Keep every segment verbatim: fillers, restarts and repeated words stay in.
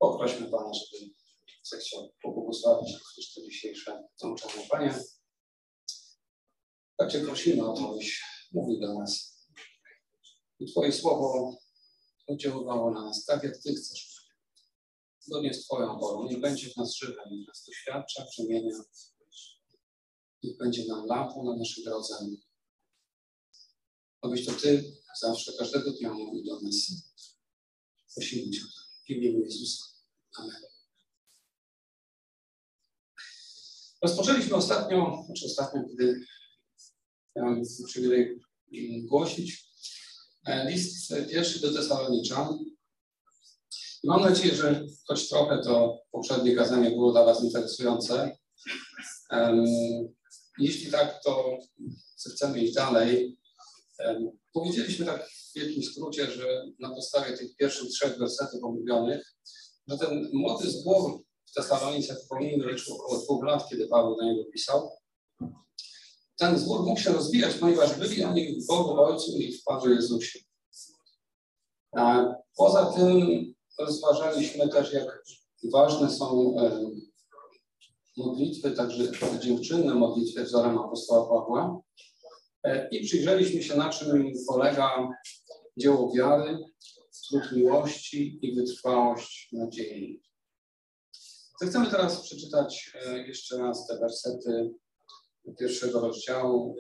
Poprośmy Pana, żeby zechciał pobłogosławić również to dzisiejsze nauczanie. Panie, tak Cię prosimy o to, byś mówił do nas. I Twoje słowo oddziaływało na nas tak, jak Ty chcesz. Zgodnie z Twoją wolą. Niech będzie w nas żywe, niech nas doświadcza, przemienia. Niech będzie nam lampą na naszej drodze. Abyś to Ty zawsze, każdego dnia mówił do nas. Prosimy Cię w imieniu Jezusa. Amen. Rozpoczęliśmy ostatnio, znaczy ostatnio, kiedy miałem przywilej głosić list pierwszy do Tesaloniczan. Mam nadzieję, że choć trochę to poprzednie kazanie było dla Was interesujące. Um, jeśli tak, to chcemy iść dalej. Um, powiedzieliśmy tak w wielkim skrócie, że na podstawie tych pierwszych trzech wersetów omówionych, że ten młody zbór w Tesalonice, przypomnijmy, liczył około dwóch lat, kiedy Paweł do niego pisał. Ten zbór mógł się rozwijać, ponieważ byli oni w Bogu Ojcu i w Panu Jezusie. A poza tym rozważaliśmy też, jak ważne są e, modlitwy, także dziękczynne modlitwy wzorem apostoła Pawła. E, I przyjrzeliśmy się, na czym polega dzieło wiary, trud miłości i wytrwałość nadziei. Chcemy teraz przeczytać e, jeszcze raz te wersety pierwszego rozdziału.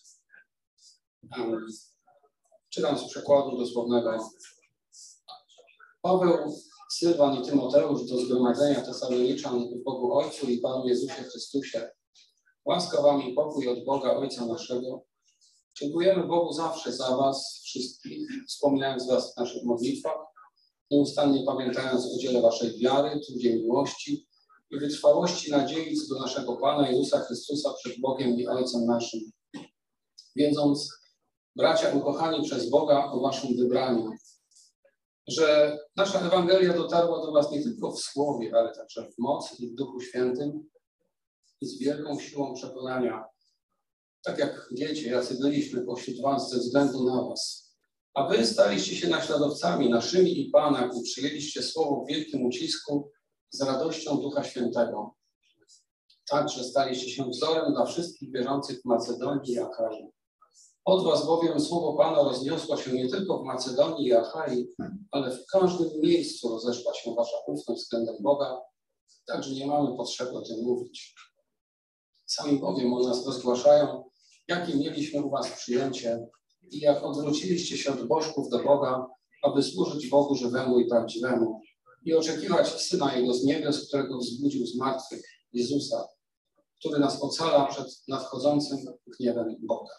Um, czytam z przekładu dosłownego. Paweł, Sylwan i Tymoteusz do zgromadzenia Tesaloniczan w Bogu Ojcu i Panu Jezusie Chrystusie. Łaska wam i pokój od Boga Ojca naszego. Dziękujemy Bogu zawsze za was wszystkich, wspominając was w naszych modlitwach, nieustannie pamiętając o dziele waszej wiary, trudzie miłości i wytrwałości nadziei co do naszego Pana Jezusa Chrystusa przed Bogiem i Ojcem naszym. Wiedząc, bracia ukochani przez Boga, o waszym wybraniu, że nasza Ewangelia dotarła do was nie tylko w słowie, ale także w mocy i w Duchu Świętym i z wielką siłą przekonania, tak jak wiecie, jacy byliśmy pośród was ze względu na was. A wy staliście się naśladowcami naszymi i Pana i przyjęliście słowo w wielkim ucisku z radością Ducha Świętego. Tak, że staliście się wzorem dla wszystkich wierzących w Macedonii i Achai. Od was bowiem słowo Pana rozniosło się nie tylko w Macedonii i Achai, ale w każdym miejscu rozeszła się wasza ufność względem Boga, tak, że nie mamy potrzeby o tym mówić. Sami bowiem o nas rozgłaszają, jakie mieliśmy u was przyjęcie i jak odwróciliście się od bożków do Boga, aby służyć Bogu żywemu i prawdziwemu i oczekiwać Syna Jego z niebios, którego wzbudził z martwych, Jezusa, który nas ocala przed nadchodzącym gniewem Boga.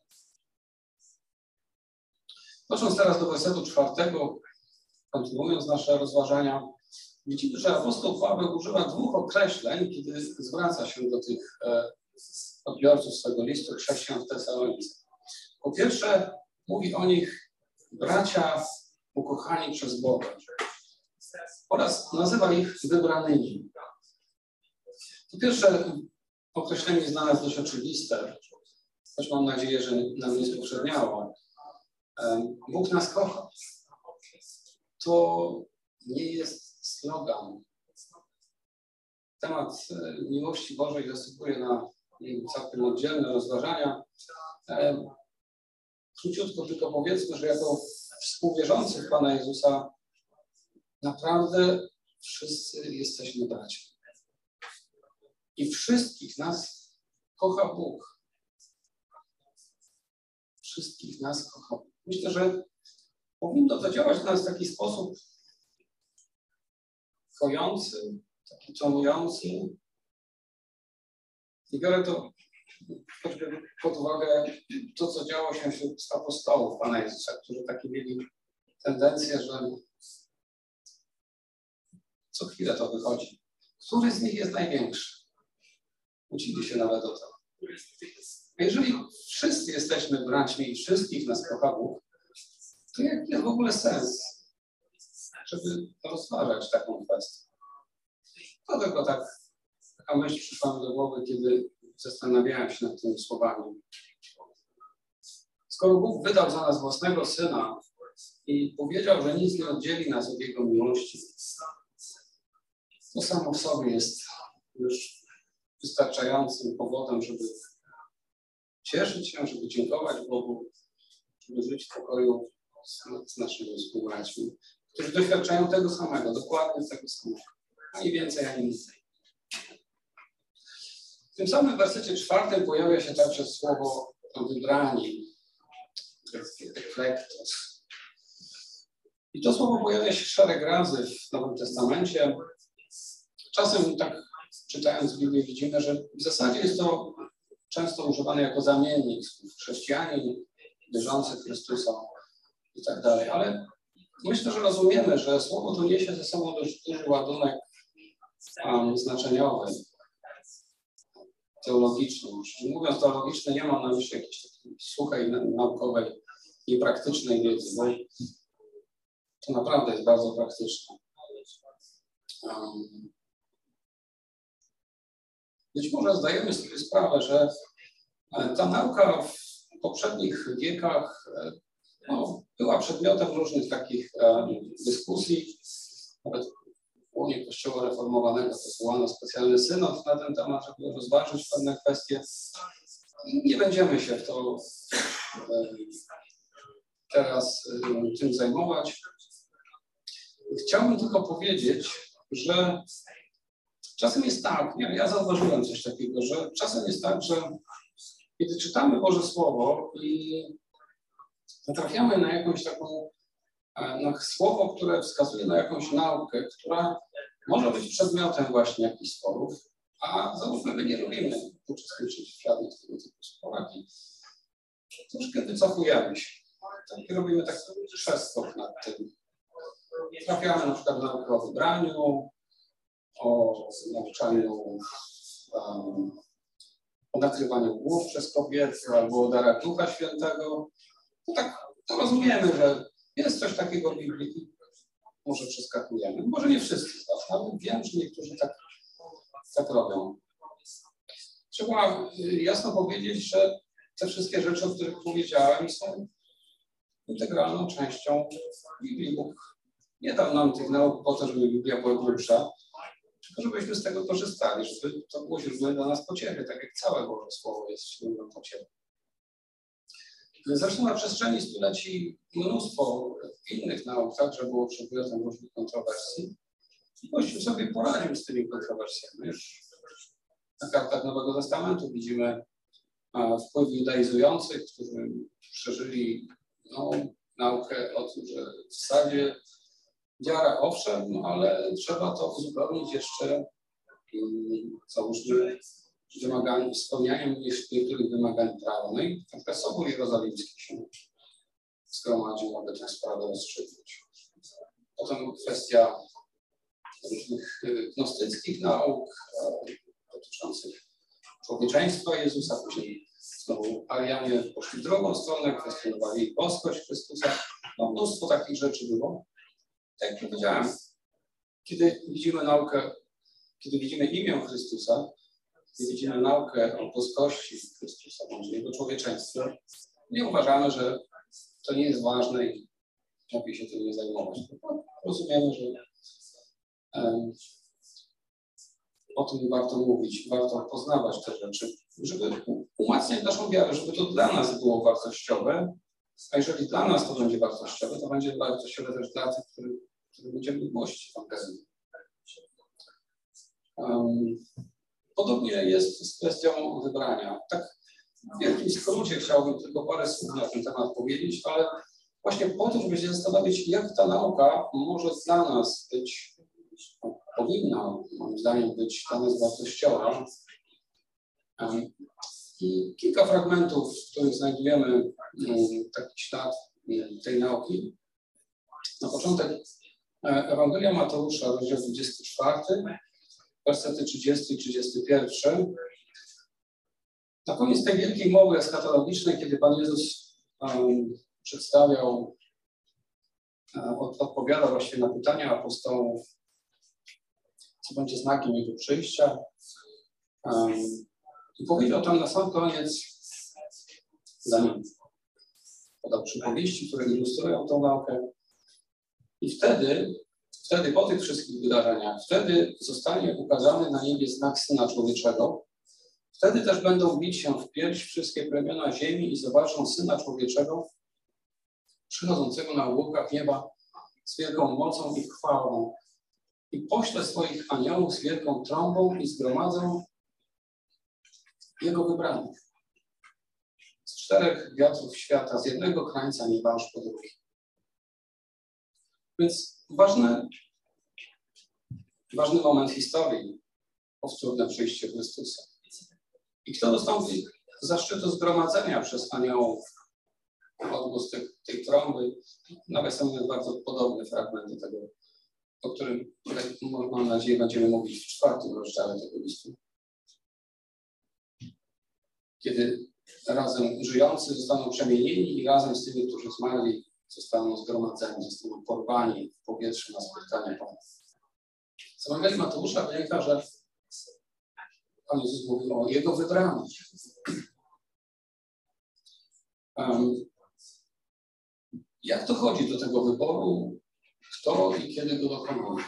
Patrząc teraz do wersetu czwartego, kontynuując nasze rozważania, widzimy, że apostoł Paweł używa dwóch określeń, kiedy zwraca się do tych e, odbiorców swego listu chrześcijan w Tesalonice. Po pierwsze, mówi o nich bracia ukochani przez Boga oraz nazywa ich wybranymi. Po pierwsze, określenie jest dla nas dość oczywiste, choć mam nadzieję, że nam nie spowszedniało. Bóg nas kocha. To nie jest slogan. Temat miłości Bożej zasługuje na całkiem oddzielne rozważania. Króciutko tylko powiedzmy, że jako współwierzący w Pana Jezusa naprawdę wszyscy jesteśmy braćmi. I wszystkich nas kocha Bóg. Wszystkich nas kocha Bóg. Myślę, że powinno to działać na nas w taki sposób kojący, taki tonujący. I biorę to choćby pod uwagę to, co działo się wśród apostołów Pana Jezusa, którzy takie mieli tendencję, że co chwilę to wychodzi. Który z nich jest największy? Kłócili się nawet o to. A jeżeli wszyscy jesteśmy braćmi i wszystkich nas kocha Bóg, to jaki jest w ogóle sens, żeby rozważać taką kwestię? To tylko tak, taka myśl przyszła mi do głowy, kiedy zastanawiałem się nad tymi słowami. Skoro Bóg wydał za nas własnego Syna i powiedział, że nic nie oddzieli nas od Jego miłości, to samo w sobie jest już wystarczającym powodem, żeby cieszyć się, żeby dziękować Bogu, żeby żyć w pokoju z, z naszymi współbraćmi, którzy doświadczają tego samego, dokładnie tego samego, ani więcej, ani mniej. W tym samym wersecie czwartym pojawia się także słowo wybrani, eklektos. I to słowo pojawia się szereg razy w Nowym Testamencie. Czasem tak czytając Biblię widzimy, że w zasadzie jest to często używane jako zamiennik słów chrześcijanin, wierzący w Chrystusa i tak dalej. Ale myślę, że rozumiemy, że słowo to niesie ze sobą dość duży ładunek um, znaczeniowy, teologiczny. Mówiąc teologiczny, nie mam na myśli jakiejś takiej suchej, naukowej i praktycznej wiedzy, bo to naprawdę jest bardzo praktyczne. Um, być może zdajemy sobie sprawę, że ta nauka w poprzednich wiekach no, była przedmiotem różnych takich um, dyskusji. Nawet w łonie Kościoła Reformowanego powołano specjalny synod na ten temat, żeby rozważyć pewne kwestie. Nie będziemy się w to um, teraz um, tym zajmować. Chciałbym tylko powiedzieć, że czasem jest tak, ja, ja zauważyłem coś takiego, że czasem jest tak, że kiedy czytamy Boże Słowo i natrafiamy na jakąś taką, na słowo, które wskazuje na jakąś naukę, która może być przedmiotem właśnie jakichś sporów, a załóżmy, my nie lubimy uczestniczyć w żadnych tego typu sporach i troszkę wycofujemy się. Tak, robimy taki przeskok nad tym. Trafiamy na przykład na naukę o wybraniu, o nauczaniu, um, o nakrywaniu głów przez kobiety albo o darach Ducha Świętego. To tak to rozumiemy, że jest coś takiego w Biblii, może przeskakujemy. Może nie wszyscy, ale wiem, że niektórzy tak, tak robią. Trzeba jasno powiedzieć, że te wszystkie rzeczy, o których powiedziałem, są integralną częścią Biblii. Bóg nie dał nam tych nauk po to, żeby Biblia była grubsza, tylko żebyśmy z tego korzystali, żeby to było źródłem dla nas pociechy, tak jak całe Boże Słowo jest źródłem pociechy. Zresztą na przestrzeni stuleci mnóstwo innych nauk także było przedmiotem różnych kontrowersji. I Kościół sobie poradził z tymi kontrowersjami. Już na kartach Nowego Testamentu widzimy wpływ judaizujących, którzy przeżyli no, naukę o tym, że w zasadzie wiara owszem, no, ale trzeba to uzupełnić jeszcze załóżmy wymaganiom, spełnianiem niektórych wymagań prawa. No i tak Sobór Jerozolimski się zgromadził, aby tę sprawę rozstrzygnąć. Potem kwestia różnych gnostyckich nauk dotyczących człowieczeństwa Jezusa, później znowu Arianie poszli w drugą stronę, kwestionowali boskość Chrystusa. No, mnóstwo takich rzeczy było. Tak jak powiedziałem, kiedy widzimy naukę, kiedy widzimy imię Chrystusa, kiedy widzimy naukę o boskości Chrystusa, bądź Jego człowieczeństwie, nie uważamy, że to nie jest ważne i lepiej się tym nie zajmować. Rozumiemy, że um, o tym warto mówić, warto poznawać te rzeczy, żeby umacniać naszą wiarę, żeby to dla nas było wartościowe, a jeżeli dla nas to będzie wartościowe, to będzie wartościowe też dla tych, których który będziemy głosić Ewangelię. Um, podobnie jest z kwestią wybrania. Tak w wielkim skrócie chciałbym tylko parę słów na ten temat powiedzieć, ale właśnie po to, żeby się zastanowić, jak ta nauka może dla nas być, powinna moim zdaniem być dla nas wartościowa. Um, I kilka fragmentów, w których znajdujemy um, taki ślad um, tej nauki. Na początek Ewangelia Mateusza, rozdział dwudziesty czwarty, wersety trzydziesty i trzydziesty pierwszy. Na koniec tej wielkiej mowy eschatologicznej, kiedy Pan Jezus um, przedstawiał, um, odpowiadał właśnie na pytania apostołów, co będzie znakiem Jego przyjścia. Um, I powiedział tam na sam koniec, zanim podał przypowieści, które ilustrują tą naukę. I wtedy, w Wtedy, po tych wszystkich wydarzeniach, wtedy zostanie ukazany na niebie znak Syna Człowieczego. Wtedy też będą bić się w pierś wszystkie plemiona ziemi i zobaczą Syna Człowieczego przychodzącego na łukach nieba z wielką mocą i chwałą. I pośle swoich aniołów z wielką trąbą i zgromadzą Jego wybranych z czterech wiatrów świata, z jednego krańca nieba aż po drugi. Więc ważny, ważny moment historii, powtórne przyjście Chrystusa. I kto dostąpi zaszczytu zgromadzenia przez aniołów, odgłos tej, tej trąby, nawet są bardzo podobne fragmenty tego, o którym, mam nadzieję, będziemy mówić w czwartym rozdziale tego listu. Kiedy razem żyjący zostaną przemienieni i razem z tymi, którzy zmarli, zostaną zgromadzeni, zostaną porwani w powietrze na spotkanie Pana. Z Ewangelii Mateusza wynika, że Pan Jezus mówił o Jego wybranych. Um, jak dochodzi do tego wyboru? Kto i kiedy go dokonuje?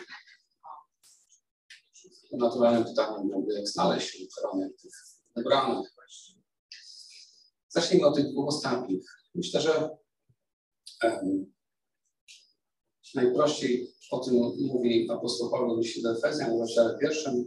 Naturalnym pytaniem byłoby, jak znaleźć się w gronie tych wybranych. Zacznijmy od tych dwóch ostatnich. Myślę, że um, najprościej o tym mówi apostoł Paweł w liście do Efezjan w rozdziale pierwszym,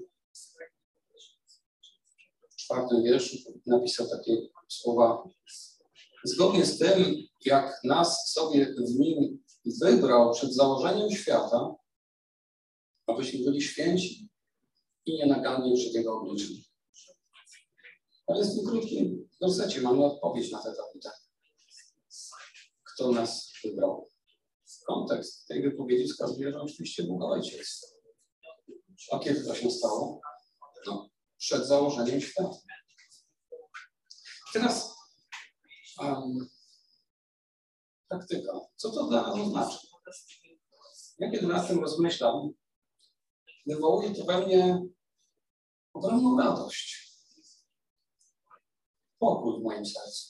w czwartym wierszu napisał takie słowa: zgodnie z tym, jak nas sobie w nim wybrał przed założeniem świata, abyśmy byli święci i nienaganni przed Jego obliczem. Ale w tym krótkim wersecie mamy odpowiedź na te pytania. Kto nas wybrał? Kontekst tej wypowiedzi wskazuje, że oczywiście Bóg Ojciec. A kiedy to się stało? No, przed założeniem świata. Teraz um, praktyka. Co to dla nas oznacza? Ja kiedy nad tym rozmyślam, wywołuje to we mnie ogromną radość. Pokój w moim sercu.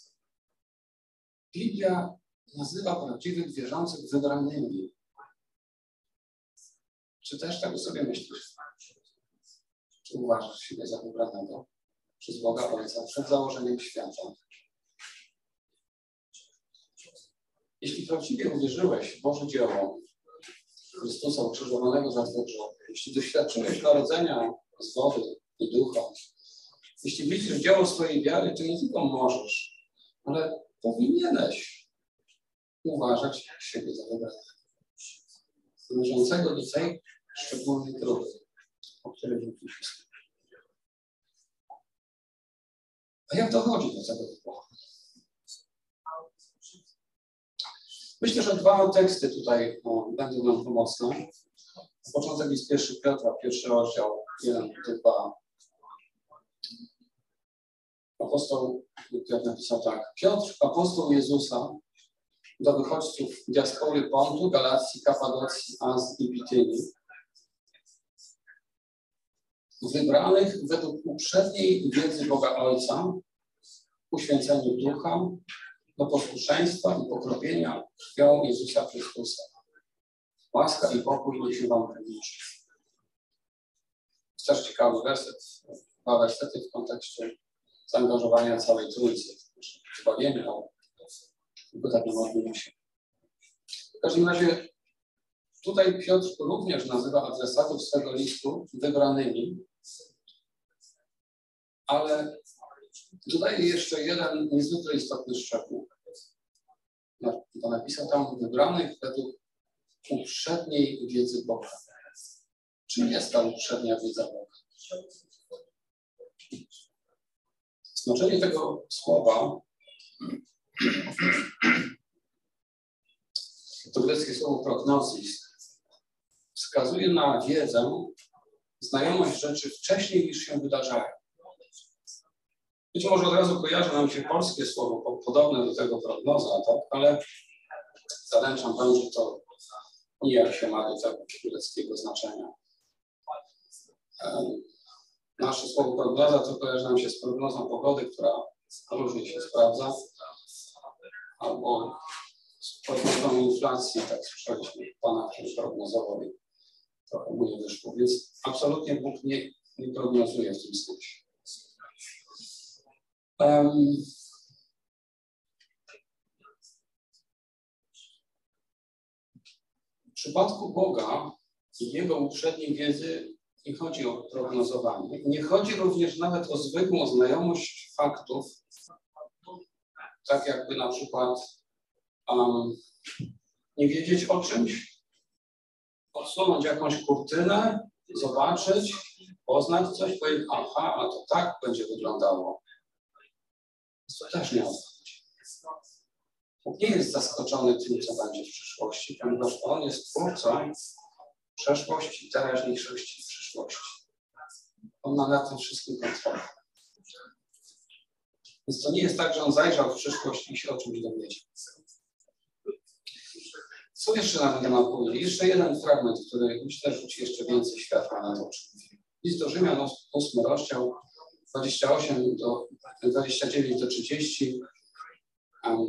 Biblia nazywa prawdziwych wierzących wybranymi. Czy też tak sobie myślisz? Czy uważasz siebie za wybranego przez Boga Ojca przed założeniem świata? Jeśli prawdziwie uwierzyłeś w Boże dzieło Chrystusa ukrzyżowanego za Twoje grzechy, jeśli doświadczyłeś narodzenia z wody i ducha, jeśli widzisz dzieło swojej wiary, to nie tylko możesz, ale powinieneś uważać siebie za wybranego, należącego do tej szczególnej grupy, o której mówiliśmy. A jak dochodzi do tego wyboru? Myślę, że dwa teksty tutaj o, będą nam pomocne. Początek jest pierwszy Piotra, pierwszy rozdział, jeden do dwa. Apostoł Piotr napisał tak. Piotr, apostoł Jezusa, do wychodźców diaspory Pontu, Galacji, Kapadocji, Azji i Bitynii, wybranych według uprzedniej wiedzy Boga Ojca, uświęceniu ducha, do posłuszeństwa i pokropienia krwią Jezusa Chrystusa. Łaska i pokój niech się wam powierzy. Jest też ciekawy werset, dwa wersety w kontekście zaangażowania całej Trójcy, zbawienia, tylko tak nie modlimy się. W każdym razie tutaj Piotr również nazywa adresatów swego listu wybranymi, ale dodaje jeszcze jeden niezwykle istotny szczegół. To napisał tam wybranych według uprzedniej wiedzy Boga. Czym jest ta uprzednia wiedza Boga? Znaczenie tego słowa to greckie słowo prognozis wskazuje na wiedzę, znajomość rzeczy wcześniej niż się wydarzają. Być może od razu kojarzy nam się polskie słowo podobne do tego prognoza, tak? Ale zaręczam wam, że to nijak się ma do tego greckiego znaczenia. Nasze słowo prognoza to kojarzy nam się z prognozą pogody, która różnie się sprawdza, albo z prognozą inflacji, tak słyszeliśmy pana, który prognozował i trochę mu nie wyszło, więc absolutnie Bóg nie, nie prognozuje w tym sensie. Um, w przypadku Boga i Jego uprzedniej wiedzy nie chodzi o prognozowanie. Nie chodzi również nawet o zwykłą znajomość faktów, tak jakby na przykład um, nie wiedzieć o czymś, odsunąć jakąś kurtynę, zobaczyć, poznać coś, powiedzieć, aha, a to tak będzie wyglądało. To też nie odchodzi. Bóg nie jest zaskoczony tym, co będzie w przyszłości, ponieważ On jest twórcą przeszłości, teraźniejszości i przyszłości. On ma nad tym wszystkim kontrolę. Więc to nie jest tak, że On zajrzał w przyszłość i się o czymś dowiedział. Co jeszcze na ten temat powiedzieć? Jeszcze jeden fragment, który myślę, że rzuci jeszcze więcej światła na to, o czym mówię. List do Rzymian, ósmy rozdział, dwadzieścia osiem do dwadzieścia dziewięć do trzydziestu. Um,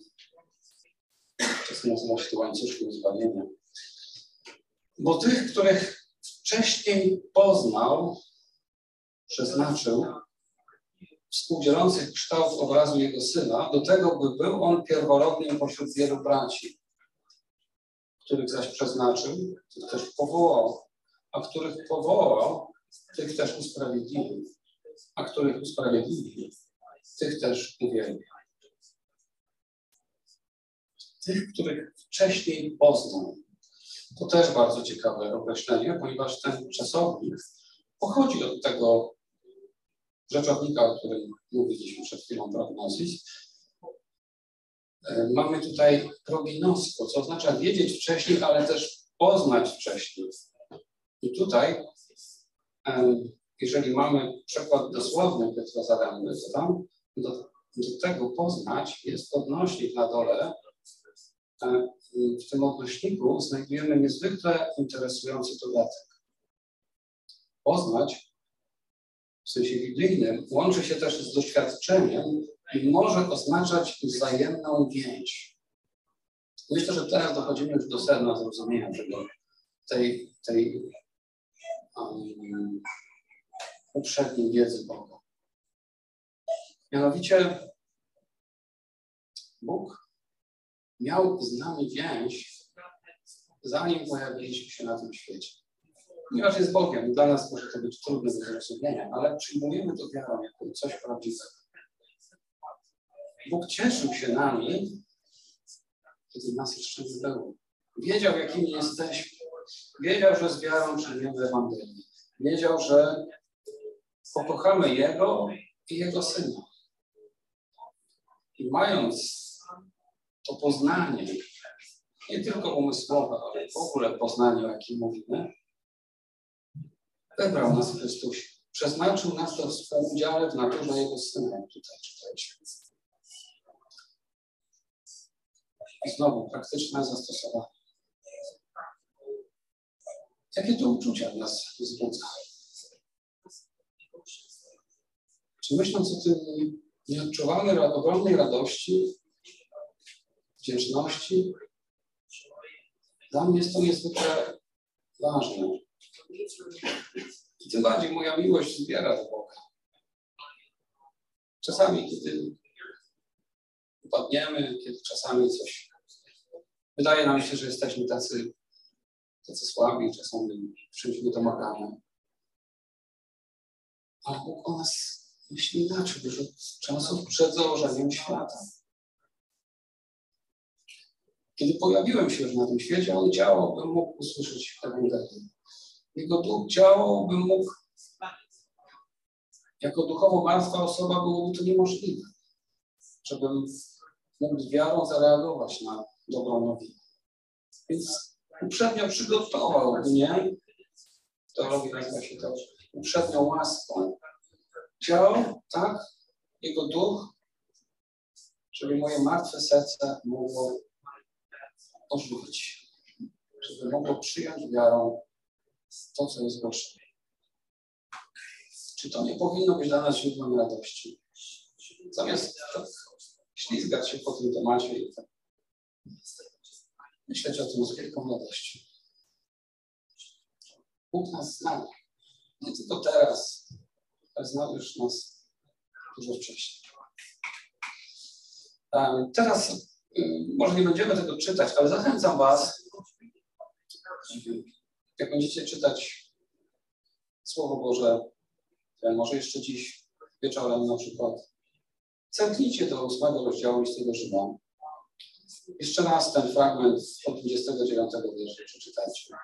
czasem nazywa się to łańcuszkiem zbawienia. Bo tych, których wcześniej poznał, przeznaczył, współdzielących kształt obrazu Jego Syna, do tego, by był On pierworodnym pośród wielu braci, których zaś przeznaczył, tych też powołał, a których powołał, tych też usprawiedliwił, a których usprawiedliwił, tych też uwielbił. Tych, których wcześniej poznał. To też bardzo ciekawe określenie, ponieważ ten czasownik pochodzi od tego rzeczownika, o którym mówiliśmy przed chwilą, prognozis. Mamy tutaj proginosko, co oznacza wiedzieć wcześniej, ale też poznać wcześniej. I tutaj, jeżeli mamy przykład dosłowny Pietrozademny, to tam do, do tego poznać jest odnośnik na dole. W tym odnośniku znajdujemy niezwykle interesujący dodatek. Poznać w sensie biblijnym łączy się też z doświadczeniem i może oznaczać wzajemną więź. Myślę, że teraz dochodzimy już do sedna zrozumienia tego, tej, tej um, uprzedniej wiedzy Boga. Mianowicie Bóg miał z nami więź, zanim pojawiliśmy się na tym świecie. Ponieważ jest Bogiem, dla nas może to być trudne do zrozumienia, ale przyjmujemy to wiarą jako coś prawdziwego. Bóg cieszył się nami, kiedy nas jeszcze nie było. Wiedział, jakimi jesteśmy. Wiedział, że z wiarą przyjmiemy Ewangelię. Wiedział, że pokochamy Jego i Jego Syna. I mając to poznanie, nie tylko umysłowe, ale w ogóle poznanie, o jakim mówimy, wybrał nas w Chrystusie. Przeznaczył nas do współudziału w naturze Jego Syna, jak tutaj czytaliśmy. I znowu praktyczne zastosowanie. Jakie to uczucia nas wzbudza? Czy myśląc o tym, nie odczuwamy ogromnej radości, wdzięczności? Dla mnie jest to niezwykle ważne. I tym bardziej moja miłość zbiera do Boga. Czasami, kiedy upadniemy, kiedy czasami coś wydaje nam się, że jesteśmy tacy, tacy słabi, czasami czymś nie domagamy. Ale Bóg o nas myśli inaczej, już od czasów przed założeniem świata. Kiedy pojawiłem się już na tym świecie, On działał, bym mógł usłyszeć Ewangelię. Jego duch działał, bym mógł, jako duchowo martwa osoba byłoby to niemożliwe, żebym mógł z wiarą zareagować na dobrą nowinę. Więc uprzednio przygotował mnie, w teologii nazywa się to uprzednią łaską, działał tak, Jego duch, żeby moje martwe serce mogło ożywić, żeby mogło przyjąć wiarą to, co jest głoszone. Czy to nie powinno być dla nas źródłem radości? Zamiast tak ślizgać się po tym temacie i tak Myśleć o tym z wielką radością. Bóg nas zna. Nie tylko teraz, ale znał już nas dużo wcześniej. Teraz może nie będziemy tego czytać, ale zachęcam was, jak będziecie czytać Słowo Boże, może jeszcze dziś wieczorem na przykład, zerknijcie do ósmego rozdziału Listy Rzymian. Jeszcze raz ten fragment od dwudziestego dziewiątego wiersza przeczytajcie.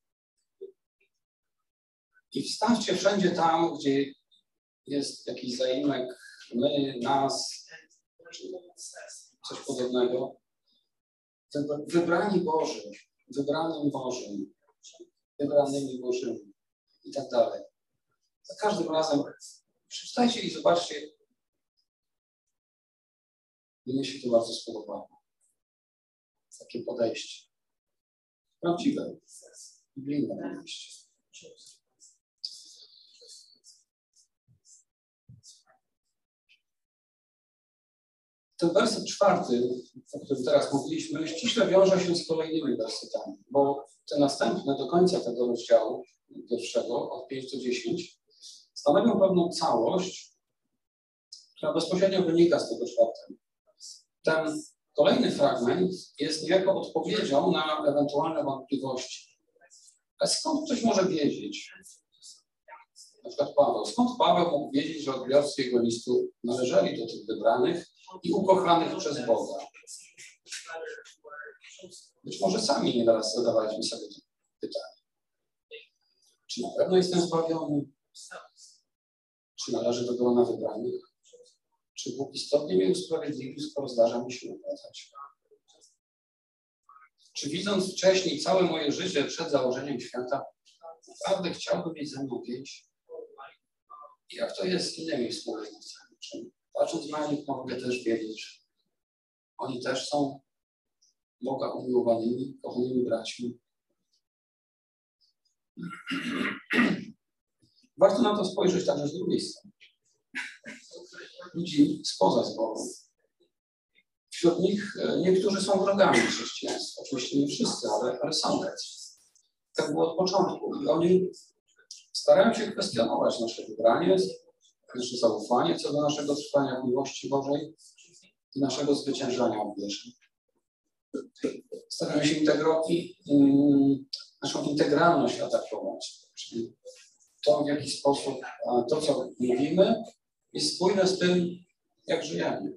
I wstawcie wszędzie tam, gdzie jest jakiś zaimek, my, nas, czy coś podobnego. Wybrani Boży, wybranym Bożym, wybranymi Bożymi i tak dalej. Za każdym razem przeczytajcie i zobaczcie. Mnie się to bardzo spodobało. Takie podejście. Prawdziwe, biblijne podejście. Ten werset czwarty, o którym teraz mówiliśmy, ściśle wiąże się z kolejnymi wersetami, bo te następne do końca tego rozdziału pierwszego, od pięć do dziesięciu, stanowią pewną całość, która bezpośrednio wynika z tego czwartego. Ten kolejny fragment jest niejako odpowiedzią na ewentualne wątpliwości. A skąd ktoś może wiedzieć, na przykład Paweł, skąd Paweł mógł wiedzieć, że odbiorcy jego listu należeli do tych wybranych i ukochanych przez Boga? Być może sami nieraz zadawaliśmy sobie to pytanie. Czy na pewno jestem zbawiony? Czy należy do grona wybranych? Czy Bóg istotnie mnie usprawiedliwił, skoro zdarza mi się upadać? Czy widząc wcześniej całe moje życie przed założeniem świata, naprawdę chciałbym mieć ze mną więź? I jak to jest z innymi współmówcami? Czy patrząc na nich mogę też wiedzieć, że oni też są Boga umiłowanymi, kochanymi braćmi? Warto na to spojrzeć także z drugiej strony. Ludzi spoza zboru. Wśród nich niektórzy są wrogami chrześcijaństwa. Oczywiście nie wszyscy, ale, ale są tacy. Tak było od początku. I oni starają się kwestionować nasze wybranie, nasze zaufanie co do naszego trwania w miłości Bożej i naszego zwyciężania w wierze. Starają się integrować, um, naszą integralność atakować. Czyli to, w jaki sposób to, co mówimy, jest spójne z tym, jak żyjemy.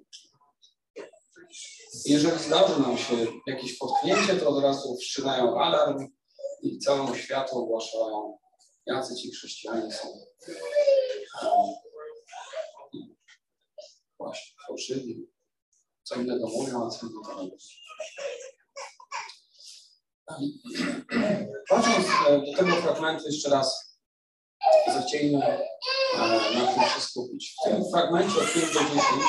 Jeżeli zdarzy nam się jakieś potknięcie, to od razu wszczynają alarm i całemu światu ogłaszają, jacy ci chrześcijanie są um, właśnie fałszywi. Co innego mówią, a co innego mówią. Patrząc do tego fragmentu jeszcze raz, zechciejmy na tym się skupić. W tym fragmencie od pięciu do dziesięciu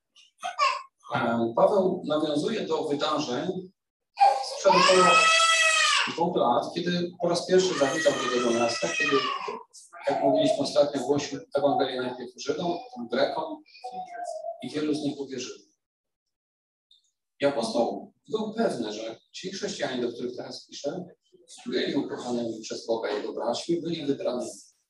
Paweł nawiązuje do wydarzeń sprzed około dwóch lat, kiedy po raz pierwszy zawitał do tego miasta, kiedy, jak mówiliśmy ostatnio, głosił Ewangelię najpierw Żydom, potem Grekom i wielu z nich uwierzyło. I apostoł był pewny, że ci chrześcijanie, do których teraz piszę, byli ukochanymi przez Boga Jego braćmi, byli wybranymi.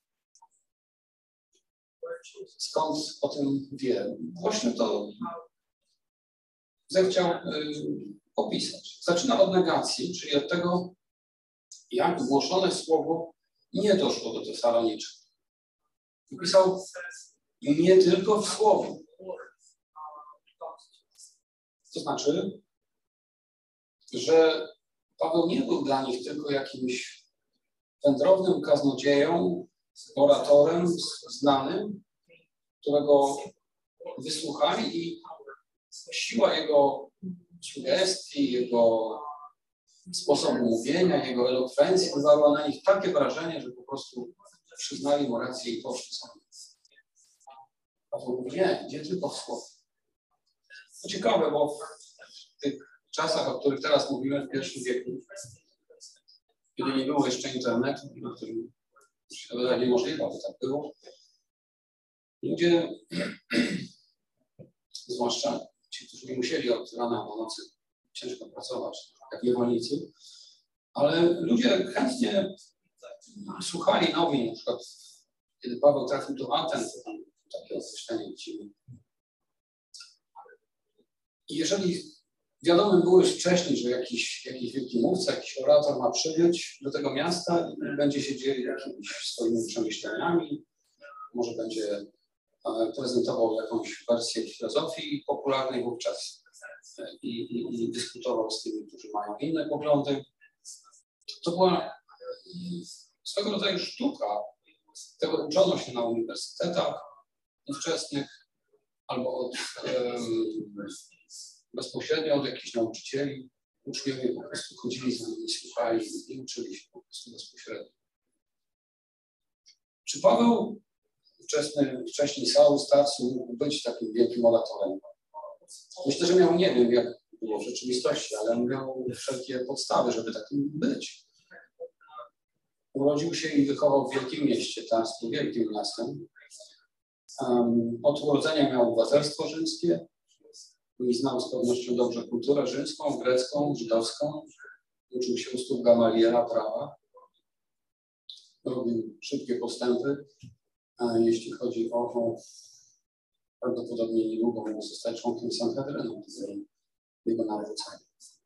Skąd o tym wie? Właśnie to zechciał y, opisać. Zaczyna od negacji, czyli od tego, jak głoszone słowo nie doszło do Tesaloniczan. Opisał nie tylko w słowie. To znaczy, że Paweł nie był dla nich tylko jakimś wędrownym kaznodzieją, oratorem znanym, którego wysłuchali i siła jego sugestii, jego sposobu mówienia, jego elokwencji wywarła na nich takie wrażenie, że po prostu przyznali mu rację i poszli sobie. Paweł mówi, nie, nie tylko w słowie. To ciekawe, bo w tych czasach, o których teraz mówimy w pierwszym wieku, kiedy nie było jeszcze internetu, na którym się wydaje niemożliwe, aby tak było, ludzie, zwłaszcza ci, którzy nie musieli od rana do nocy ciężko pracować, jak niewolnicy, ale ludzie chętnie słuchali nowin, na przykład kiedy Paweł trafił do Aten, to tam takie określenie widzimy. I jeżeli wiadomo było już wcześniej, że jakiś, jakiś wielki mówca, jakiś orator ma przybyć do tego miasta i będzie się dzielił jakimiś swoimi przemyśleniami, może będzie prezentował jakąś wersję filozofii popularnej wówczas i, i, i dyskutował z tymi, którzy mają inne poglądy. To była swego rodzaju sztuka. Tego uczono się na uniwersytetach ówczesnych albo od, um, bezpośrednio od jakichś nauczycieli. Uczniowie po prostu chodzili za nimi, słuchali i uczyli się po prostu bezpośrednio. Czy Paweł, wczesny, wcześniej Saul, Starsu, mógł być takim wielkim oratorem? Myślę, że miał, nie wiem jak było w rzeczywistości, ale miał wszelkie podstawy, żeby takim być. Urodził się i wychował w wielkim mieście, Tars był wielkim miastem. Um, od urodzenia miał obywatelstwo rzymskie i znał z pewnością dobrze kulturę rzymską, grecką, żydowską. Uczył się u stóp Gamaliela prawa. Robił szybkie postępy. A jeśli chodzi o, o prawdopodobnie niedługo mógł zostać członkiem Sanhedrynu, jego nawrócenie.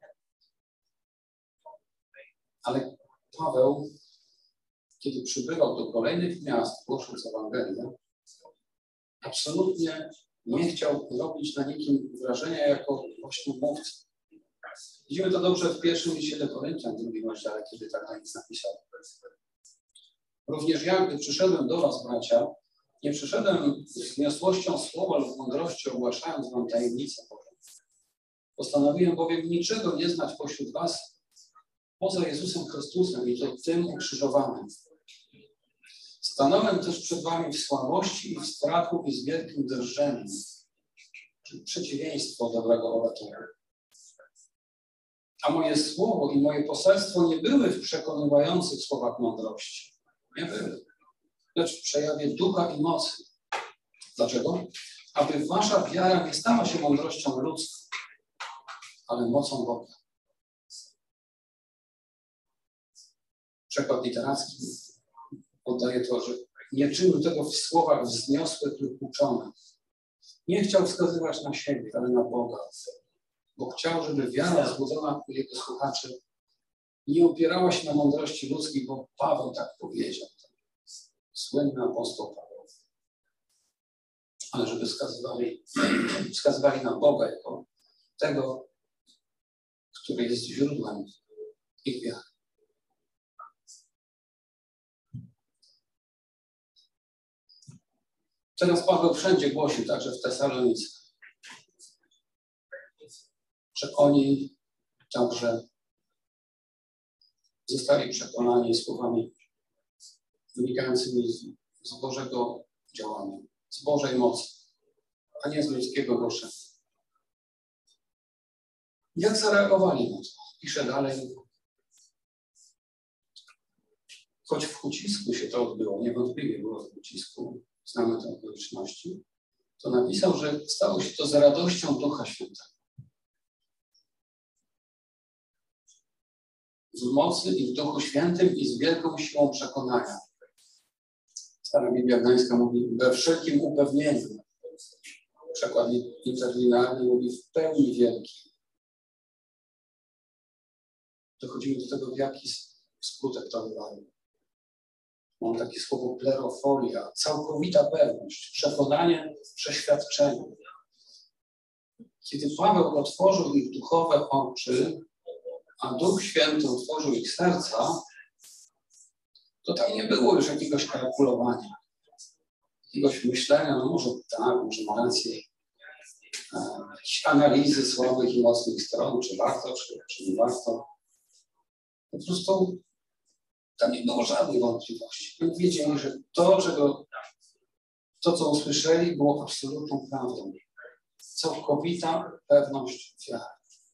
Ale Paweł, kiedy przybywał do kolejnych miast, głosząc Ewangelię, absolutnie nie chciał robić na nikim wrażenia jako właśnie mówcy. Widzimy to dobrze w pierwszym liście do Koryntian, drugim rozdziale, kiedy tak na nic napisał. Również ja, gdy przyszedłem do was, bracia, nie przyszedłem z wzniosłością słowa lub mądrości, ogłaszając wam tajemnicę Bożą. Postanowiłem bowiem niczego nie znać pośród was poza Jezusem Chrystusem i to tym ukrzyżowanym. Stanąłem też przed wami w słabości i w strachu i z wielkim drżeniem, czyli przeciwieństwo dobrego oratora. A moje słowo i moje poselstwo nie były w przekonywających słowach mądrości. Nie były. Lecz w przejawie ducha i mocy. Dlaczego? Aby wasza wiara nie stała się mądrością ludzką, ale mocą Boga. Przekład literacki oddaje to, że nie czynił tego w słowach wzniosłych lub uczonych. Nie chciał wskazywać na siebie, ale na Boga. Bo chciał, żeby wiara zbudzona u jego słuchaczy nie opierała się na mądrości ludzkiej, bo Paweł tak powiedział. Słynny apostoł Paweł. Ale żeby wskazywali, wskazywali na Boga jako tego, który jest źródłem ich wiary. Teraz Paweł wszędzie głosił, także w Tesalonice, że oni także zostali przekonani słowami wynikającymi z, z Bożego działania, z Bożej mocy, a nie z ludzkiego głoszenia. Jak zareagowali na to? Pisze dalej. Choć w ucisku się to odbyło, niewątpliwie było w ucisku, znamy te okoliczności, to napisał, że stało się to z radością Ducha Świętego. W mocy i w Duchu Świętym i z wielką siłą przekonania. Stara Biblia Gdańska mówi we wszelkim upewnieniu. Przekład interlinearny mówi w pełni wielki. Dochodzimy do tego, w jaki skutek to wywarło. Mam takie słowo pleroforia, całkowita pewność, przekonanie, przeświadczenie. Kiedy Paweł otworzył ich duchowe oczy, a Duch Święty otworzył ich serca, to tam nie było już jakiegoś kalkulowania, jakiegoś myślenia, no może tak, może ma rację, e, jakieś analizy słabych i mocnych stron, czy warto, czy, czy nie warto. Po prostu tam nie było żadnej wątpliwości. Oni wiedzieli, że to, czego, to, co usłyszeli, było absolutną prawdą. Całkowita pewność wiary.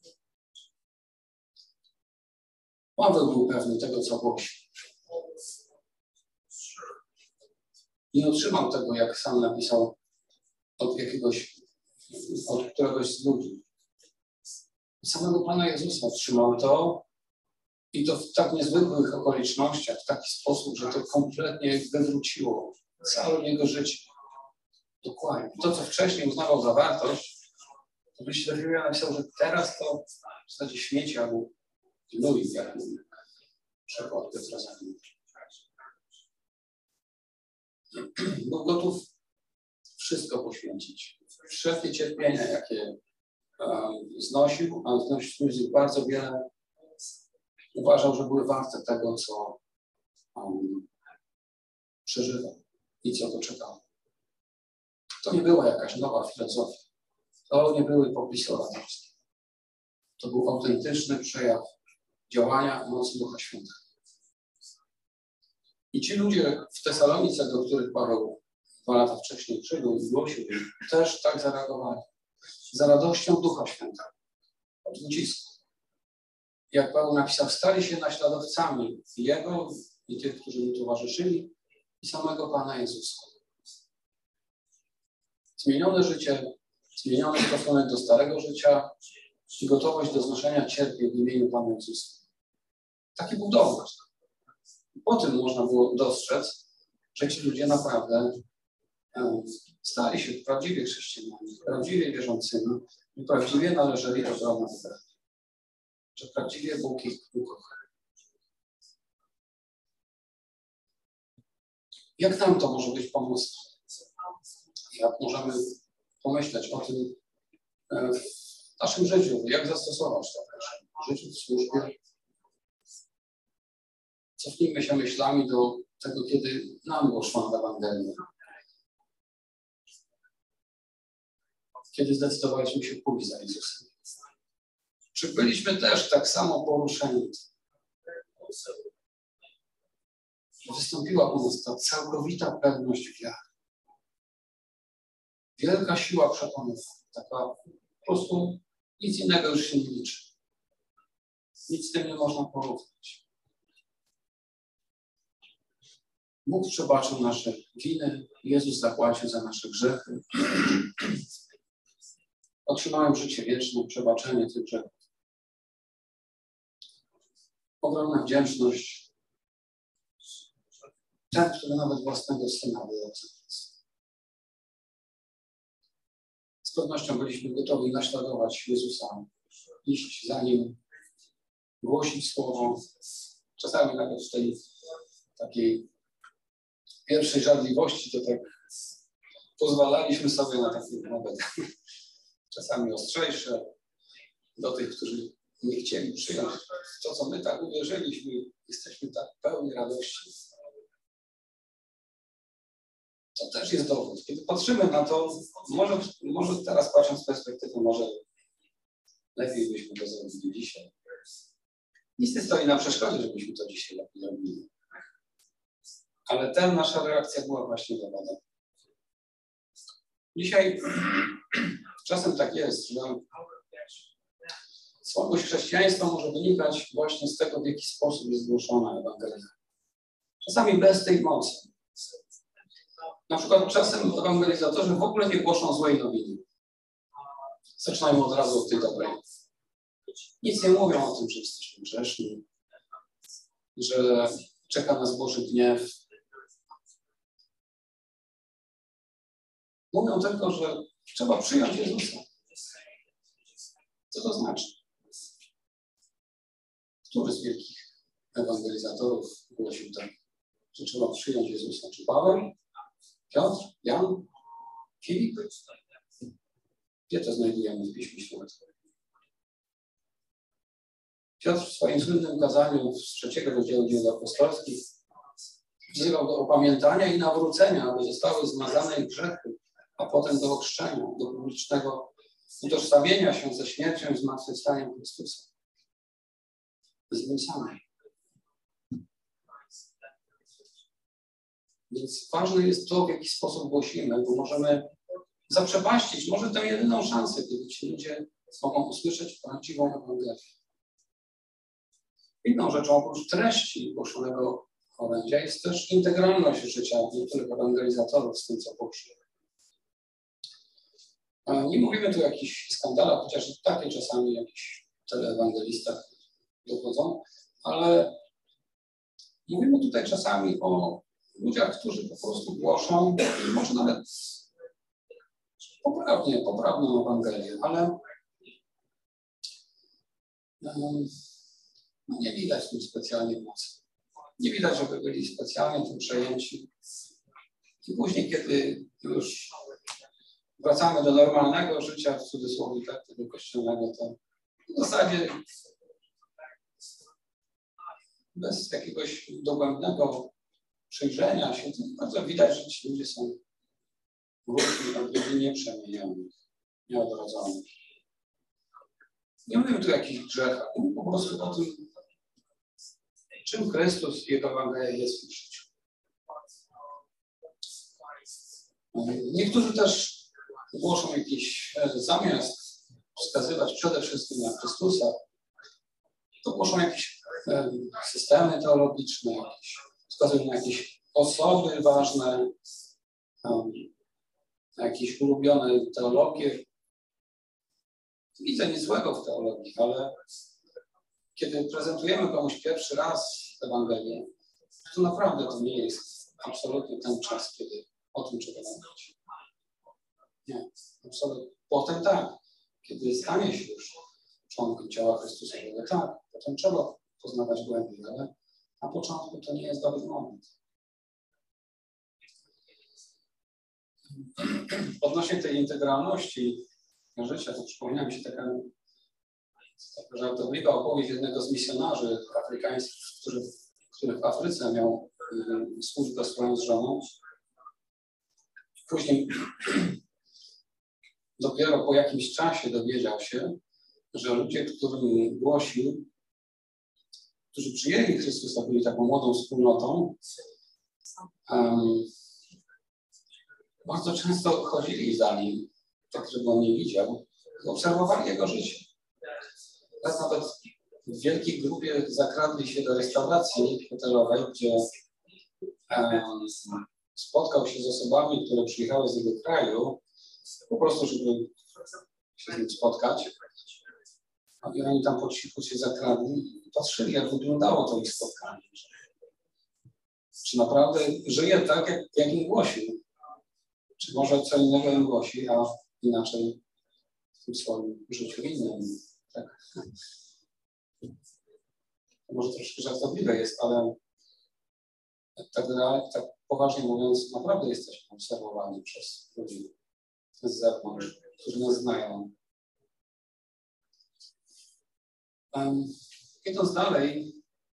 Paweł był pewny tego, co głosił. Nie otrzymał tego, jak sam napisał, od jakiegoś, od któregoś z ludzi. Samego Pana Jezusa otrzymał to i to w tak niezwykłych okolicznościach, w taki sposób, że to kompletnie wywróciło całe jego życie. Dokładnie. To, co wcześniej uznawał za wartość, to myślę, że ja napisał, że teraz to w zasadzie śmieci albo gnój, jak mówię. Przykład Piotrozami. Był gotów wszystko poświęcić. Wszelkie cierpienia, jakie um, znosił, a znosił z nich bardzo wiele, uważał, że były warte tego, co um, przeżywał i co go czekało. To nie była jakaś nowa filozofia. To nie były popisy oratorskie. To był autentyczny przejaw działania mocy Ducha Świętego. I ci ludzie w Tesalonice, do których Paweł dwa lata wcześniej przybył i głosił, też tak zareagowali. Za radością Ducha Świętego. Od ucisku. Jak Paweł napisał, stali się naśladowcami Jego i tych, którzy mu towarzyszyli i samego Pana Jezusa. Zmienione życie, zmieniony stosunek do starego życia i gotowość do znoszenia cierpień w imieniu Pana Jezusa. Taki był dowód. Po tym można było dostrzec, że ci ludzie naprawdę stali się prawdziwie chrześcijanami, prawdziwie wierzącymi i prawdziwie należeli do grona wybranych. Że prawdziwie Bóg ich ukocha. Jak nam to może być pomocne? Jak możemy pomyśleć o tym w naszym życiu? Jak zastosować to też w życiu, w służbie? Cofnijmy się myślami do tego, kiedy nam poszła Ewangelia. Kiedy zdecydowaliśmy się pójść za Jezusem. Czy byliśmy też tak samo poruszeni? Wystąpiła u nas ta całkowita pewność wiary. Wielka siła przekonania. Taka po prostu nic innego już się nie liczy. Nic z tym nie można porównać. Bóg przebaczył nasze winy. Jezus zapłacił za nasze grzechy. Otrzymałem życie wieczne, przebaczenie tych grzechów. Ogromna wdzięczność. Ten, który nawet własnego Syna wyjął za nas. Z pewnością byliśmy gotowi naśladować Jezusa, iść za Nim, głosić Słowo. Czasami nawet w tej takiej pierwszej żarliwości to tak pozwalaliśmy sobie na takie nawet czasami ostrzejsze do tych, którzy nie chcieli przyjąć to, co my tak uwierzyliśmy. Jesteśmy tak pełni radości. To też jest dowód. Kiedy patrzymy na to, może, może teraz patrząc z perspektywy, może lepiej byśmy to zrobili dzisiaj. Nic nie stoi na przeszkodzie, żebyśmy to dzisiaj lepiej robili. Ale ta nasza reakcja była właśnie dowodem. Dzisiaj czasem tak jest, że słabość chrześcijaństwa może wynikać właśnie z tego, w jaki sposób jest głoszona Ewangelia. Czasami bez tej mocy. Na przykład czasem ewangelizatorzy w ogóle nie głoszą złej nowiny. Zaczynajmy od razu od tej dobrej. Nic nie mówią o tym, że jesteśmy grzeszni, że czeka nas Boży gniew. Mówią tylko, że trzeba przyjąć Jezusa. Co to znaczy? Który z wielkich ewangelizatorów głosił tak, że trzeba przyjąć Jezusa? Czy Paweł? Piotr? Jan? Filip? Gdzie to znajdujemy w Piśmie Świętym? Piotr w swoim słynnym kazaniu z trzeciego rozdziału Dzieł Apostolskich wzywał do opamiętania i nawrócenia, aby zostały zmazane ich grzechy, a potem do ochrzczenia, do publicznego utożsamienia się ze śmiercią i zmartwychwstaniem Chrystusa. Z nim samym. Więc ważne jest to, w jaki sposób głosimy, bo możemy zaprzepaścić może tę jedyną szansę, kiedy ci ludzie mogą usłyszeć prawdziwą Ewangelię. Inną rzeczą oprócz treści głoszonego orędzia jest też integralność życia niektórych ewangelizatorów z tym, co poszło. Nie mówimy tu o jakichś skandalach, chociaż takie czasami jakieś teleewangelistach dochodzą, ale mówimy tutaj czasami o ludziach, którzy po prostu głoszą, może nawet poprawnie, poprawną Ewangelię, ale um, no nie widać tu specjalnie mocy. Nie widać, żeby byli specjalnie tym przejęci. I później, kiedy już wracamy do normalnego życia, w cudzysłowie tak, tego kościelnego, to w zasadzie bez jakiegoś dogłębnego przyjrzenia się, to bardzo widać, że ci ludzie są różni, odwiedzi nieprzemienionych, nieodrodzonych. Nie mówimy tu o jakichś grzechach, mówimy po prostu o tym, czym Chrystus i Jego Ewangelia jest w ich życiu. Niektórzy też głoszą jakiś, zamiast wskazywać przede wszystkim na Chrystusa, to głoszą jakieś systemy teologiczne, jakieś, wskazują na jakieś osoby ważne, na jakieś ulubione teologie. Widzę nic złego w teologii, ale kiedy prezentujemy komuś pierwszy raz Ewangelię, to naprawdę to nie jest absolutnie ten czas, kiedy o tym trzeba mówić. Nie, absolutnie. Potem tak, kiedy stanie się już członkiem ciała Chrystusowego, tak, potem trzeba poznawać głębiej, ale na początku to nie jest dobry moment. Odnośnie tej integralności życia, to przypomniała mi się taka, taka żartobliwa opowieść jednego z misjonarzy afrykańskich, który, który w Afryce miał y, służbę swoją z żoną. Później dopiero po jakimś czasie dowiedział się, że ludzie, którym głosił, którzy przyjęli Chrystusa, byli taką młodą wspólnotą, um, bardzo często chodzili za nim, tak żeby on nie widział, i obserwowali jego życie. Raz nawet w wielkiej grupie zakradli się do restauracji hotelowej, gdzie um, spotkał się z osobami, które przyjechały z jego kraju, po prostu, żeby się z nim spotkać. I oni tam po cichu się zakradli i patrzyli, jak wyglądało to ich spotkanie. Czy naprawdę żyje tak, jak, jak im głosił? Czy może co innego im głosi, a inaczej w tym swoim życiu innym? Tak? To może troszkę żartobliwe jest, ale tak, tak poważnie mówiąc, naprawdę jesteśmy obserwowani przez ludzi z zewnątrz, którzy nas znają. Um, idąc dalej,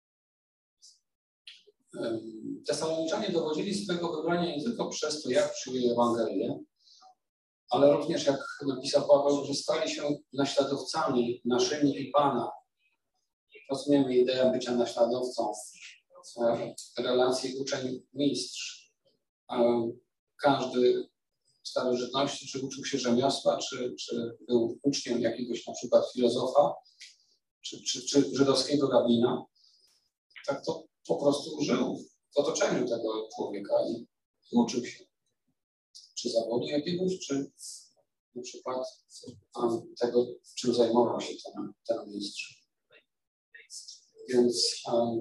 um, Tesaloniczanie dowodzili swojego wybrania nie tylko przez to, jak przyjęli Ewangelię, ale również, jak napisał Paweł, że stali się naśladowcami naszymi i Pana. Rozumiemy ideę bycia naśladowcą, relacji uczeń-mistrz. Każdy w starożytności, czy uczył się rzemiosła, czy, czy był uczniem jakiegoś na przykład filozofa, czy, czy, czy żydowskiego rabina, tak to po prostu żył w otoczeniu tego człowieka i, i uczył się. Czy zawodu jakiegoś, czy na przykład um, tego, czym zajmował się ten, ten mistrz. Więc um,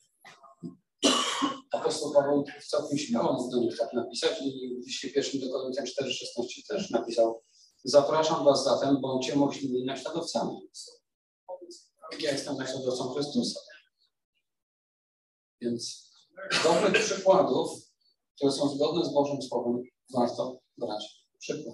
apostoł Paweł całkiem śmiało mógł do nich tak napisać i w liście pierwszym do Koryntian cztery szesnaście też napisał: zapraszam was zatem, bądźcie moimi naśladowcami. Ja jestem naśladowcą Chrystusa. Więc dobrych przykładów, które są zgodne z Bożym Słowem, warto brać przykład.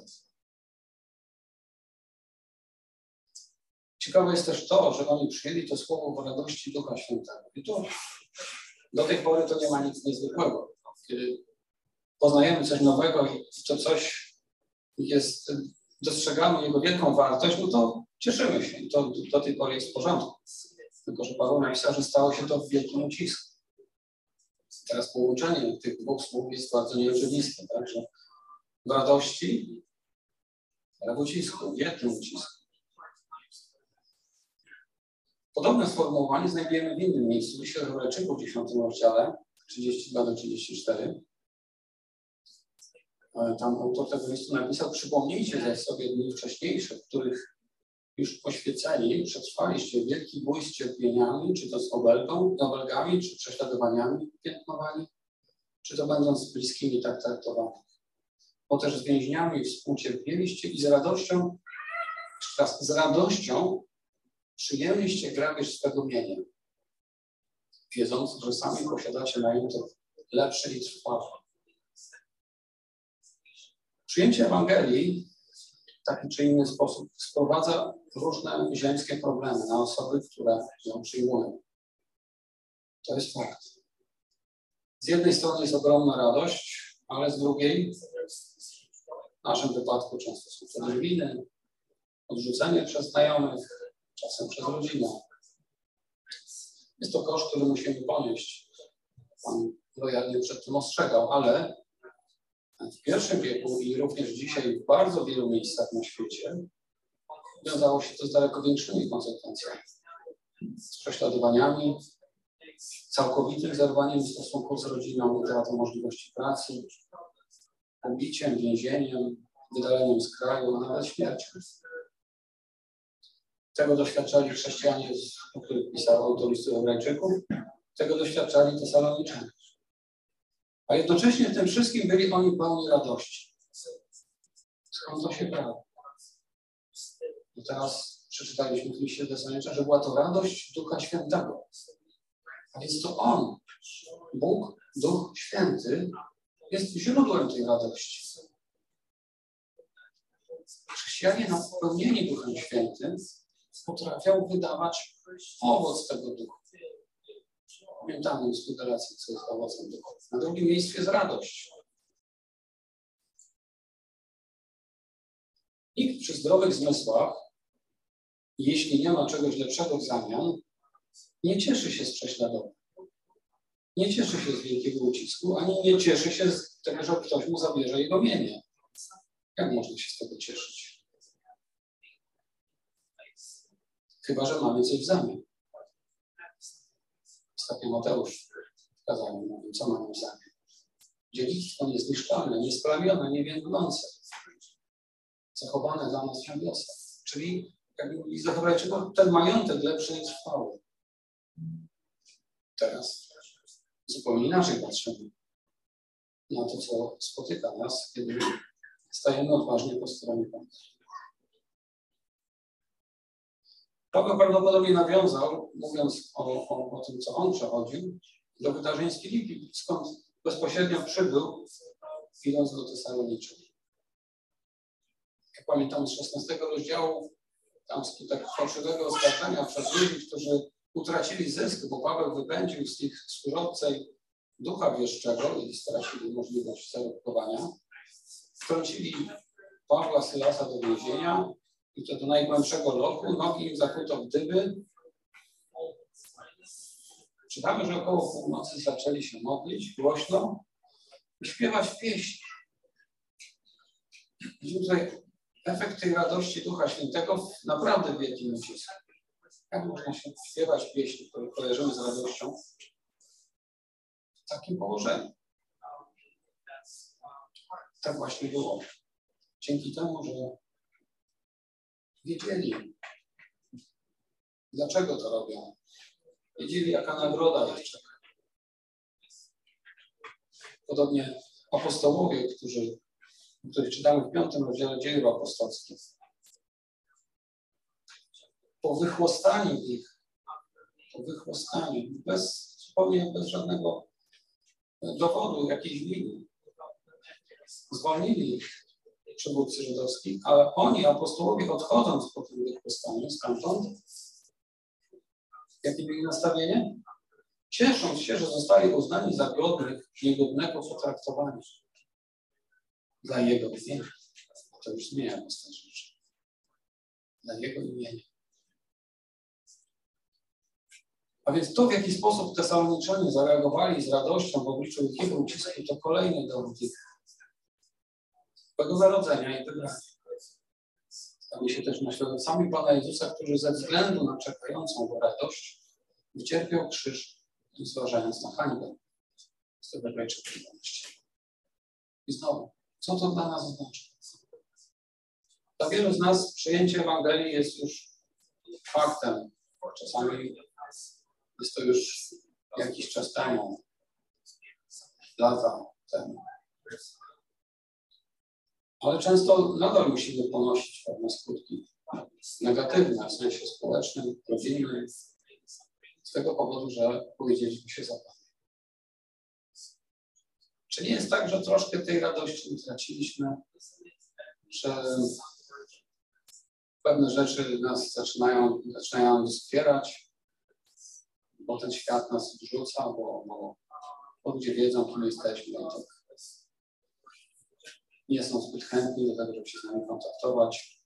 Ciekawe jest też to, że oni przyjęli to słowo w radości Ducha Świętego. I tu do tej pory to nie ma nic niezwykłego. Kiedy poznajemy coś nowego i to coś jest, dostrzegamy jego wielką wartość, no to cieszymy się i to do tej pory jest w porządku. Tylko że Paweł napisał, że stało się to w wielkim ucisku. Teraz połączenie tych dwóch słów jest bardzo nieoczywiste, tak? Że w radości, ale w ucisku, w wielkim ucisku. Podobne sformułowanie znajdujemy w innym miejscu, w liście do Hebrajczyków w dziesiątym rozdziale, trzydzieści dwa do trzydziestu czterech. Tam autor tego listu napisał: przypomnijcie zaś sobie dni wcześniejsze, w których już poświęceni, przetrwaliście wielki bój z cierpieniami, czy to z obelgą, obelgami, czy prześladowaniami piętnowani, czy to będąc z bliskimi tak traktowani. Bo też z więźniami współcierpieliście i z radością, z radością przyjęliście grabież swego mienia, wiedząc, że sami posiadacie majątek lepszy i trwały. Przyjęcie Ewangelii w taki czy inny sposób sprowadza różne ziemskie problemy na osoby, które ją przyjmują. To jest fakt. Z jednej strony jest ogromna radość, ale z drugiej, w naszym wypadku często są to winy, odrzucenie przez znajomych, czasem przez rodzinę. Jest to koszt, który musimy ponieść. Pan lojalnie przed tym ostrzegał, ale w pierwszym wieku i również dzisiaj w bardzo wielu miejscach na świecie wiązało się to z daleko większymi konsekwencjami. Z prześladowaniami, całkowitym zerwaniem stosunków z rodziną, utratą możliwości pracy, pobiciem, więzieniem, wydaleniem z kraju, a nawet śmiercią. Tego doświadczali chrześcijanie, o których pisał autor listu Hebrajczyków, tego doświadczali Tesaloniczanie. A jednocześnie w tym wszystkim byli oni pełni radości. Skąd to się brało? I teraz przeczytaliśmy w liście Tesaloniczan, że była to radość Ducha Świętego. A więc to On, Bóg, Duch Święty, jest źródłem tej radości. Chrześcijanie napełnieni Duchem Świętym potrafią wydawać owoc tego ducha. Pamiętamy z Federacji, co jest owocem ducha. Na drugim miejscu jest radość. Nikt przy zdrowych zmysłach, jeśli nie ma czegoś lepszego w zamian, nie cieszy się z prześladowań. Nie cieszy się z wielkiego ucisku, ani nie cieszy się z tego, że ktoś mu zabierze jego mienie. Jak można się z tego cieszyć? Chyba że mamy coś w zamian. Ostatnio Mateusz w kazaniu mówił, co mamy w zamian. Dziedzictwo niezniszczalne, niesplamione, niewiędnące, zachowane dla nas w niebiosach. Czyli, jak mówili za Hebrajczyków, ten majątek lepszy i trwały. Teraz zupełnie inaczej patrzymy na to, co spotyka nas, kiedy stajemy odważnie po stronie Pana. Paweł prawdopodobnie nawiązał, mówiąc o, o, o tym, co on przechodził, do wydarzeń z Filipi, skąd bezpośrednio przybył, idąc do Tesaloniczan. Jak pamiętam z szesnastego rozdziału, tam skutek fałszywego oskarżenia przez ludzi, którzy utracili zysk, bo Paweł wypędził z ich służącej ducha wieszczego i stracili możliwość zarobkowania, wtrącili Pawła Sylasa do więzienia i to do najgłębszego lochu, nogi im zakuto w dyby. Czytamy, że około północy zaczęli się modlić głośno i śpiewać pieśni. Widzimy tutaj efekt tej radości Ducha Świętego w naprawdę wielkim ucisku. Jak można się śpiewać pieśni, które kojarzymy z radością w takim położeniu? Tak właśnie było. Dzięki temu, że wiedzieli, dlaczego to robią. Wiedzieli, jaka nagroda ich czeka. Podobnie apostołowie, którzy, o których czytamy w piątym rozdziale Dziejów Apostolskich. Po wychłostaniu ich, po wychłostaniu, bez, zupełnie bez żadnego dowodu jakiejś winy, zwolnili ich przywódcy żydowski, ale oni, apostołowie, odchodząc po tym wychłostaniu stamtąd, jakie mieli nastawienie? Ciesząc się, że zostali uznani za godnych, niegodnego potraktowania dla Jego imienia. To już zmienia postać rzeczy. Dla Jego imienia. A więc to, w jaki sposób Tesaloniczanie zareagowali z radością w obliczu wielkiego ucisku, to kolejny dowód ich Bożego Narodzenia i wybrania. Stały się też naśladowcami Pana Jezusa, którzy ze względu na czekającą go radość wycierpiał krzyż, zważając na hańbę. Z tego Hebrajczyków. I znowu, co to dla nas znaczy? Dla wielu z nas przyjęcie Ewangelii jest już faktem. Czasami jest to już jakiś czas temu, lata temu. Ale często nadal musimy ponosić pewne skutki negatywne w sensie społecznym, rodzinnym, z tego powodu, że powiedzieliśmy się za Panem. Czy nie jest tak, że troszkę tej radości utraciliśmy, że pewne rzeczy nas zaczynają, zaczynają doskwierać, bo ten świat nas wrzuca, bo, bo, bo ludzie wiedzą, kim jesteśmy i tak nie są zbyt chętni do tego, żeby się z nami kontaktować.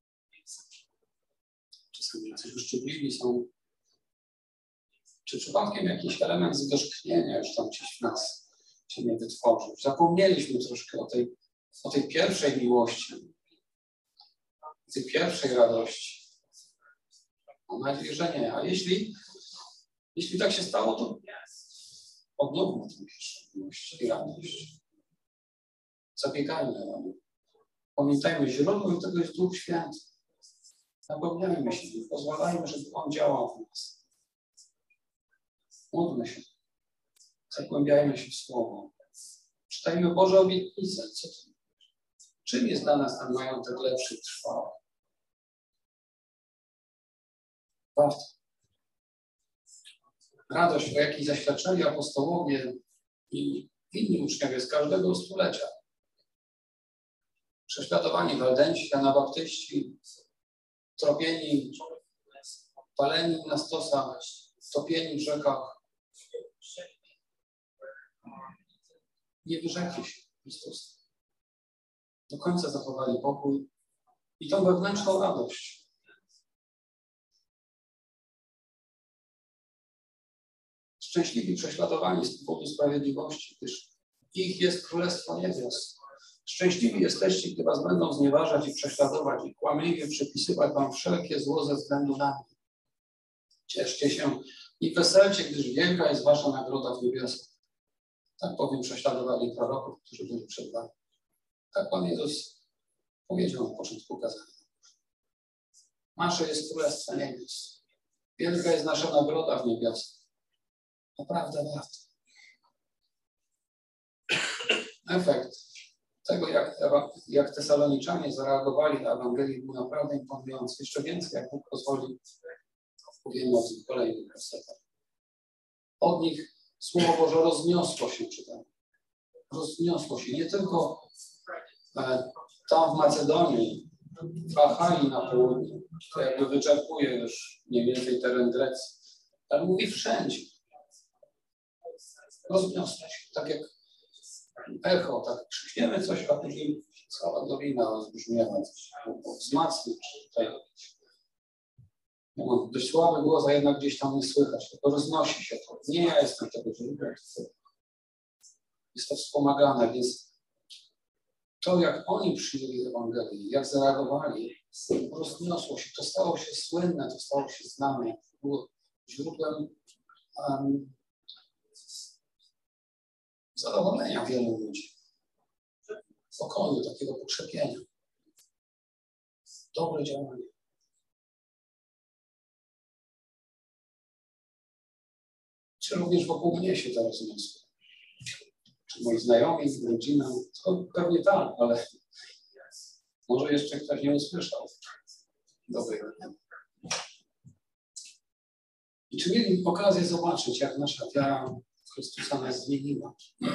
Czasami jacyś uszczypliwi są. Czy przypadkiem jakiś element zgorzknienia już tam gdzieś w nas się nie wytworzył? Zapomnieliśmy troszkę o tej, o tej pierwszej miłości, o tej pierwszej radości. Mam nadzieję, że nie. A jeśli, jeśli tak się stało, to odnowmy tę pierwszą miłość i radość. Zabiegajmy o nią. Pamiętajmy, źródłem tego jest Duch Święty. Napełniajmy się nim, pozwalajmy, żeby On działał w nas. Módlmy się. Zagłębiajmy się w Słowo. Czytajmy Boże obietnice. Co to? Czym jest dla nas ten majątek lepszy, trwały? Warto. Radość, o jakiej zaświadczali apostołowie i inni uczniowie z każdego stulecia. Prześladowani Waldenci, Anabaptyści, tropieni, paleni na stosach, topieni w rzekach. Nie wyrzekli się Chrystusa. Do końca zachowali pokój i tą wewnętrzną radość. Szczęśliwi prześladowani z powodu sprawiedliwości, gdyż ich jest Królestwo Niebios. Szczęśliwi jesteście, gdy was będą znieważać i prześladować i kłamliwie przypisywać wam wszelkie zło ze względu na mnie. Cieszcie się i weselcie, gdyż wielka jest wasza nagroda w niebiosach. Tak bowiem prześladowali proroków, którzy byli przed wami. Tak Pan Jezus powiedział na początku kazania. Nasze jest Królestwo Niebios. Wielka jest nasza nagroda w niebiosach. Naprawdę warto. Efekt tego, jak, jak Tesaloniczanie zareagowali na Ewangelię, był naprawdę imponujący. Jeszcze więcej, jak Bóg pozwoli, powiemy o tym kolejnych wersetach. Od nich Słowo Boże rozniosło się, czytam. Rozniosło się nie tylko e, tam w Macedonii, w Achai na południu, to jakby wyczerpuje już mniej więcej teren Grecji, ale mówi wszędzie. Rozniosło się, tak jak echo, tak krzykniemy coś, a później cała dolina rozbrzmiewa, wzmacnia tutaj. No, dość słaby głos, a jednak gdzieś tam nie słychać, tylko roznosi się to. Nie ja jestem tego źródłem. Jest to wspomagane, więc to, jak oni przyjęli Ewangelię, jak zareagowali, rozniosło się, to stało się słynne, to stało się znane. Było źródłem um, zadowolenia wielu ludzi. Pokoju, takiego pokrzepienia. Dobre działanie. Czy również wokół mnie się to rozniosło? Czy moi znajomi, rodzina? To pewnie tak, ale może jeszcze ktoś nie usłyszał dobrego dnia. I czy mieli okazję zobaczyć, jak nasza wiara w Chrystusa nas zmieniła?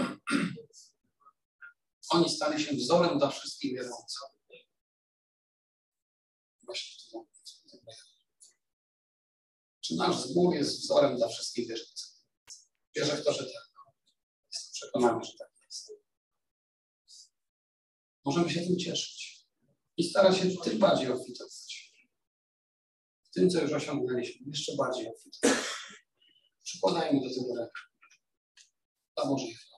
Oni stali się wzorem dla wszystkich wierzących. Właśnie to. Czy nasz zbór jest wzorem dla wszystkich wierzących? Wierzę w to, że tak. Jestem przekonany, że tak jest. Możemy się tym cieszyć i starać się tym bardziej obfitować. W tym, co już osiągnęliśmy, jeszcze bardziej obfitować. Przykładajmy do tego rękę. A może